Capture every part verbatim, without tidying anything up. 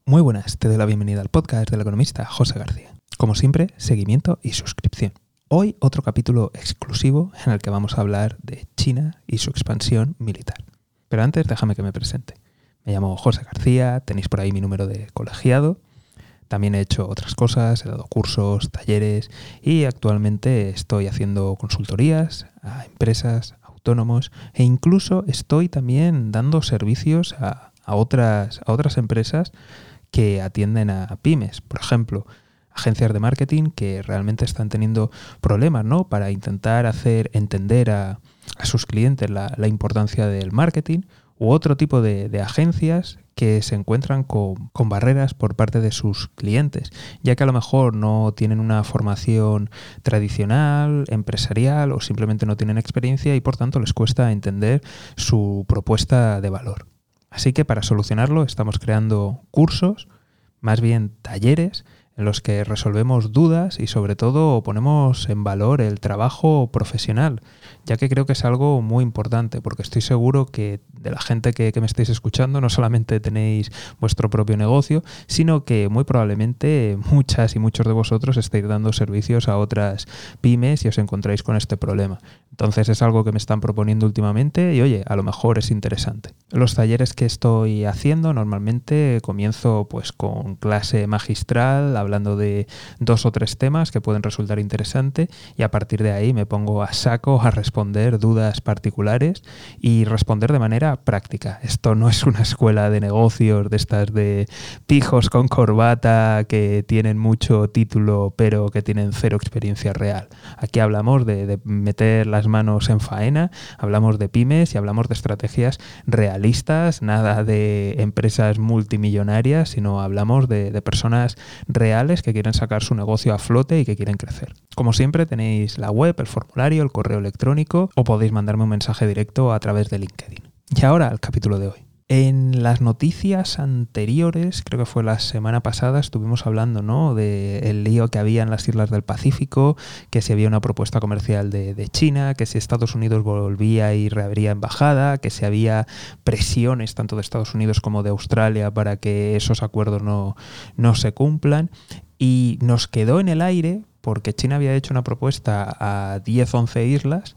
Muy buenas, te doy la bienvenida al podcast del economista José García. Como siempre, seguimiento y suscripción. Hoy otro capítulo exclusivo en el que vamos a hablar de China y su expansión militar. Pero antes déjame que me presente. Me llamo José García, tenéis por ahí mi número de colegiado. También he hecho otras cosas, he dado cursos, talleres y actualmente estoy haciendo consultorías a empresas, autónomos e incluso estoy también dando servicios a, a, otras, a otras empresas que atienden a pymes. Por ejemplo, agencias de marketing que realmente están teniendo problemas, ¿no?, para intentar hacer entender a, a sus clientes la, la importancia del marketing, u otro tipo de, de agencias que se encuentran con, con barreras por parte de sus clientes, ya que a lo mejor no tienen una formación tradicional, empresarial o simplemente no tienen experiencia y por tanto les cuesta entender su propuesta de valor. Así que para solucionarlo estamos creando cursos, más bien talleres, en los que resolvemos dudas y sobre todo ponemos en valor el trabajo profesional, ya que creo que es algo muy importante, porque estoy seguro que de la gente que, que me estáis escuchando no solamente tenéis vuestro propio negocio, sino que muy probablemente muchas y muchos de vosotros estáis dando servicios a otras pymes y os encontráis con este problema. Entonces es algo que me están proponiendo últimamente y oye, a lo mejor es interesante. Los talleres que estoy haciendo normalmente comienzo pues con clase magistral, hablando de dos o tres temas que pueden resultar interesantes y a partir de ahí me pongo a saco a responder dudas particulares y responder de manera práctica. Esto no es una escuela de negocios de estas de pijos con corbata que tienen mucho título pero que tienen cero experiencia real. Aquí hablamos de, de meter las manos en faena, hablamos de pymes y hablamos de estrategias realistas, nada de empresas multimillonarias, sino hablamos de, de personas reales que quieren sacar su negocio a flote y que quieren crecer. Como siempre tenéis la web, el formulario, el correo electrónico o podéis mandarme un mensaje directo a través de LinkedIn. Y ahora al capítulo de hoy. En las noticias anteriores, creo que fue la semana pasada, estuvimos hablando, ¿no?, del lío que había en las islas del Pacífico, que si había una propuesta comercial de, de China, que si Estados Unidos volvía y reabría embajada, que si había presiones tanto de Estados Unidos como de Australia para que esos acuerdos no, no se cumplan. Y nos quedó en el aire porque China había hecho una propuesta a diez u once islas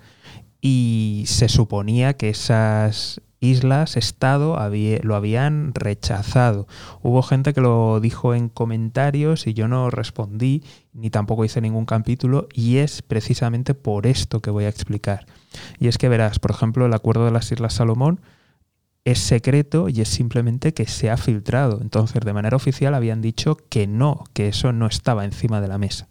y se suponía que esas islas, Estado, había, lo habían rechazado. Hubo gente que lo dijo en comentarios y yo no respondí, ni tampoco hice ningún capítulo, y es precisamente por esto que voy a explicar. Y es que verás, por ejemplo, el acuerdo de las Islas Salomón es secreto y es simplemente que se ha filtrado. Entonces, de manera oficial habían dicho que no, que eso no estaba encima de la mesa.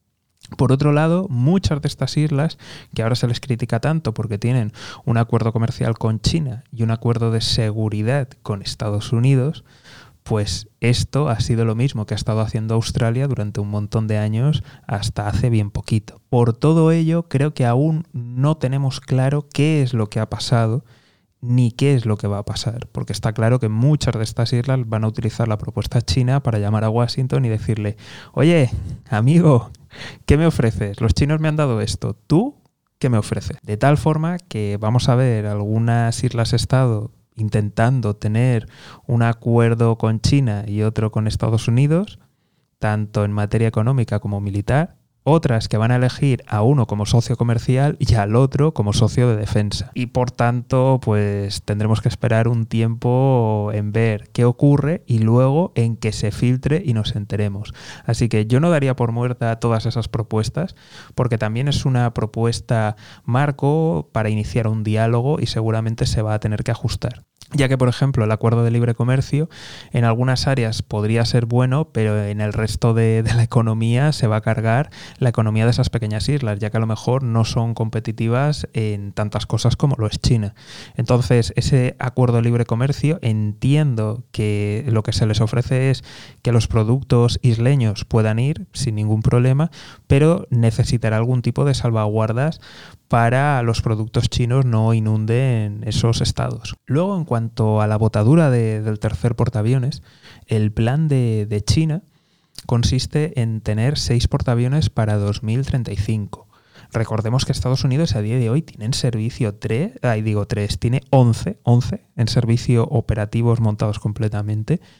Por otro lado, muchas de estas islas, que ahora se les critica tanto porque tienen un acuerdo comercial con China y un acuerdo de seguridad con Estados Unidos, pues esto ha sido lo mismo que ha estado haciendo Australia durante un montón de años hasta hace bien poquito. Por todo ello, creo que aún no tenemos claro qué es lo que ha pasado ni qué es lo que va a pasar, porque está claro que muchas de estas islas van a utilizar la propuesta china para llamar a Washington y decirle: oye, amigo, ¿qué me ofreces? Los chinos me han dado esto, ¿tú qué me ofreces? De tal forma que vamos a ver algunas islas-estado intentando tener un acuerdo con China y otro con Estados Unidos, tanto en materia económica como militar, otras que van a elegir a uno como socio comercial y al otro como socio de defensa. Y por tanto, pues tendremos que esperar un tiempo en ver qué ocurre y luego en que se filtre y nos enteremos. Así que yo no daría por muerta todas esas propuestas, porque también es una propuesta marco para iniciar un diálogo y seguramente se va a tener que ajustar. Ya que, por ejemplo, el acuerdo de libre comercio en algunas áreas podría ser bueno, pero en el resto de, de la economía se va a cargar la economía de esas pequeñas islas, ya que a lo mejor no son competitivas en tantas cosas como lo es China. Entonces, ese acuerdo de libre comercio, entiendo que lo que se les ofrece es que los productos isleños puedan ir sin ningún problema, pero necesitará algún tipo de salvaguardas para los productos chinos no inunden esos estados. Luego, en cuanto a la botadura de, del tercer portaaviones, el plan de, de China consiste en tener seis portaaviones para dos mil treinta y cinco. Recordemos que Estados Unidos a día de hoy tiene en servicio tres, ay, digo tres, tiene once, once en servicio operativos montados completamente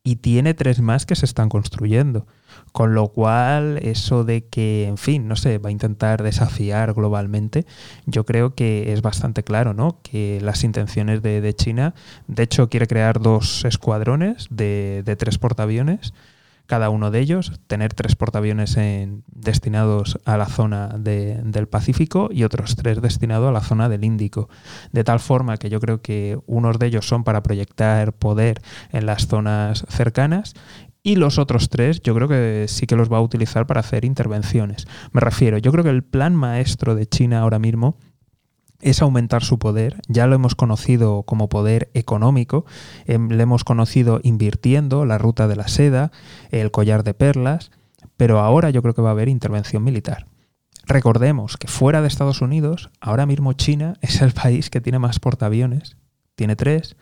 y tiene tres más que se están construyendo. Con lo cual, eso de que, en fin, no sé, va a intentar desafiar globalmente, yo creo que es bastante claro, ¿no? Que las intenciones de, de China, de hecho, quiere crear dos escuadrones de, de tres portaaviones, cada uno de ellos, tener tres portaaviones en, destinados a la zona de, del Pacífico y otros tres destinados a la zona del Índico. De tal forma que yo creo que unos de ellos son para proyectar poder en las zonas cercanas y los otros tres yo creo que sí que los va a utilizar para hacer intervenciones. Me refiero, yo creo que el plan maestro de China ahora mismo es aumentar su poder. Ya lo hemos conocido como poder económico, eh, lo hemos conocido invirtiendo la ruta de la seda, el collar de perlas, pero ahora yo creo que va a haber intervención militar. Recordemos que fuera de Estados Unidos, ahora mismo China es el país que tiene más portaaviones, tiene tres,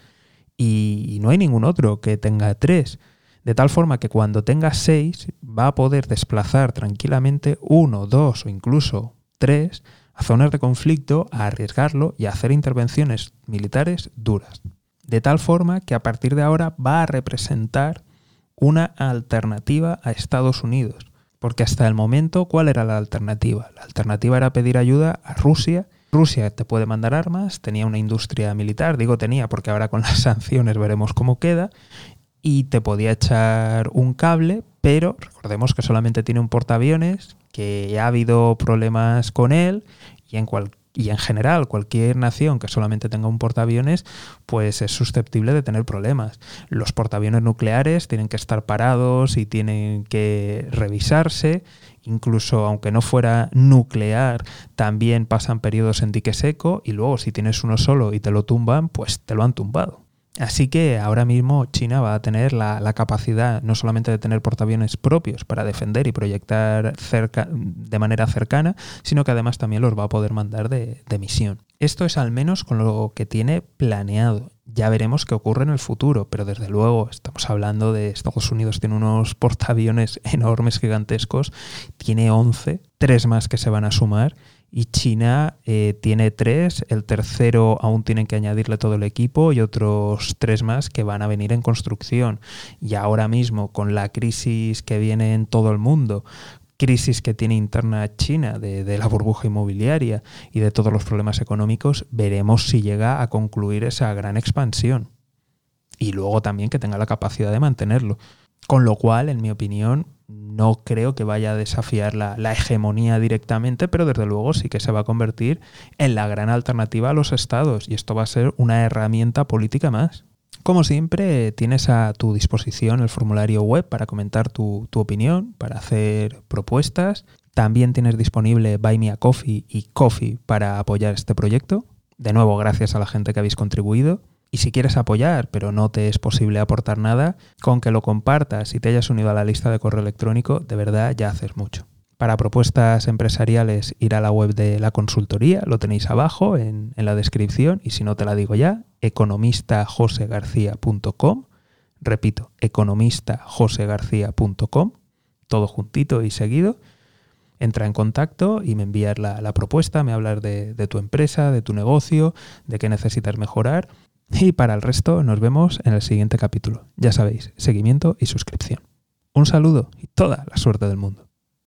y no hay ningún otro que tenga tres. De tal forma que cuando tenga seis va a poder desplazar tranquilamente uno, dos o incluso tres a zonas de conflicto, a arriesgarlo y a hacer intervenciones militares duras. De tal forma que a partir de ahora va a representar una alternativa a Estados Unidos. Porque hasta el momento, ¿cuál era la alternativa? La alternativa era pedir ayuda a Rusia. Rusia te puede mandar armas, tenía una industria militar, digo tenía porque ahora con las sanciones veremos cómo queda, y te podía echar un cable, pero recordemos que solamente tiene un portaaviones, que ha habido problemas con él y en, cual, y en general cualquier nación que solamente tenga un portaaviones pues es susceptible de tener problemas. Los portaaviones nucleares tienen que estar parados y tienen que revisarse, incluso aunque no fuera nuclear también pasan periodos en dique seco y luego si tienes uno solo y te lo tumban pues te lo han tumbado. Así que ahora mismo China va a tener la, la capacidad no solamente de tener portaaviones propios para defender y proyectar cerca, de manera cercana, sino que además también los va a poder mandar de, de misión. Esto es al menos con lo que tiene planeado. Ya veremos qué ocurre en el futuro, pero desde luego estamos hablando de Estados Unidos, tiene unos portaaviones enormes, gigantescos, tiene once, tres más que se van a sumar. Y China eh, tiene tres, el tercero aún tienen que añadirle todo el equipo y otros tres más que van a venir en construcción. Y ahora mismo con la crisis que viene en todo el mundo, crisis que tiene interna China de, de la burbuja inmobiliaria y de todos los problemas económicos, veremos si llega a concluir esa gran expansión. Y luego también que tenga la capacidad de mantenerlo. Con lo cual, en mi opinión, no creo que vaya a desafiar la, la hegemonía directamente, pero desde luego sí que se va a convertir en la gran alternativa a los estados y esto va a ser una herramienta política más. Como siempre, tienes a tu disposición el formulario web para comentar tu, tu opinión, para hacer propuestas. También tienes disponible Buy Me a Coffee y Coffee para apoyar este proyecto. De nuevo, gracias a la gente que habéis contribuido. Y si quieres apoyar, pero no te es posible aportar nada, con que lo compartas y te hayas unido a la lista de correo electrónico, de verdad ya haces mucho. Para propuestas empresariales, ir a la web de la consultoría, lo tenéis abajo en, en la descripción, y si no te la digo ya, economista jose garcía punto com. Repito, economista jose garcía punto com, todo juntito y seguido. Entra en contacto y me envías la, la propuesta, me hablas de, de tu empresa, de tu negocio, de qué necesitas mejorar. Y para el resto nos vemos en el siguiente capítulo. Ya sabéis, seguimiento y suscripción. Un saludo y toda la suerte del mundo.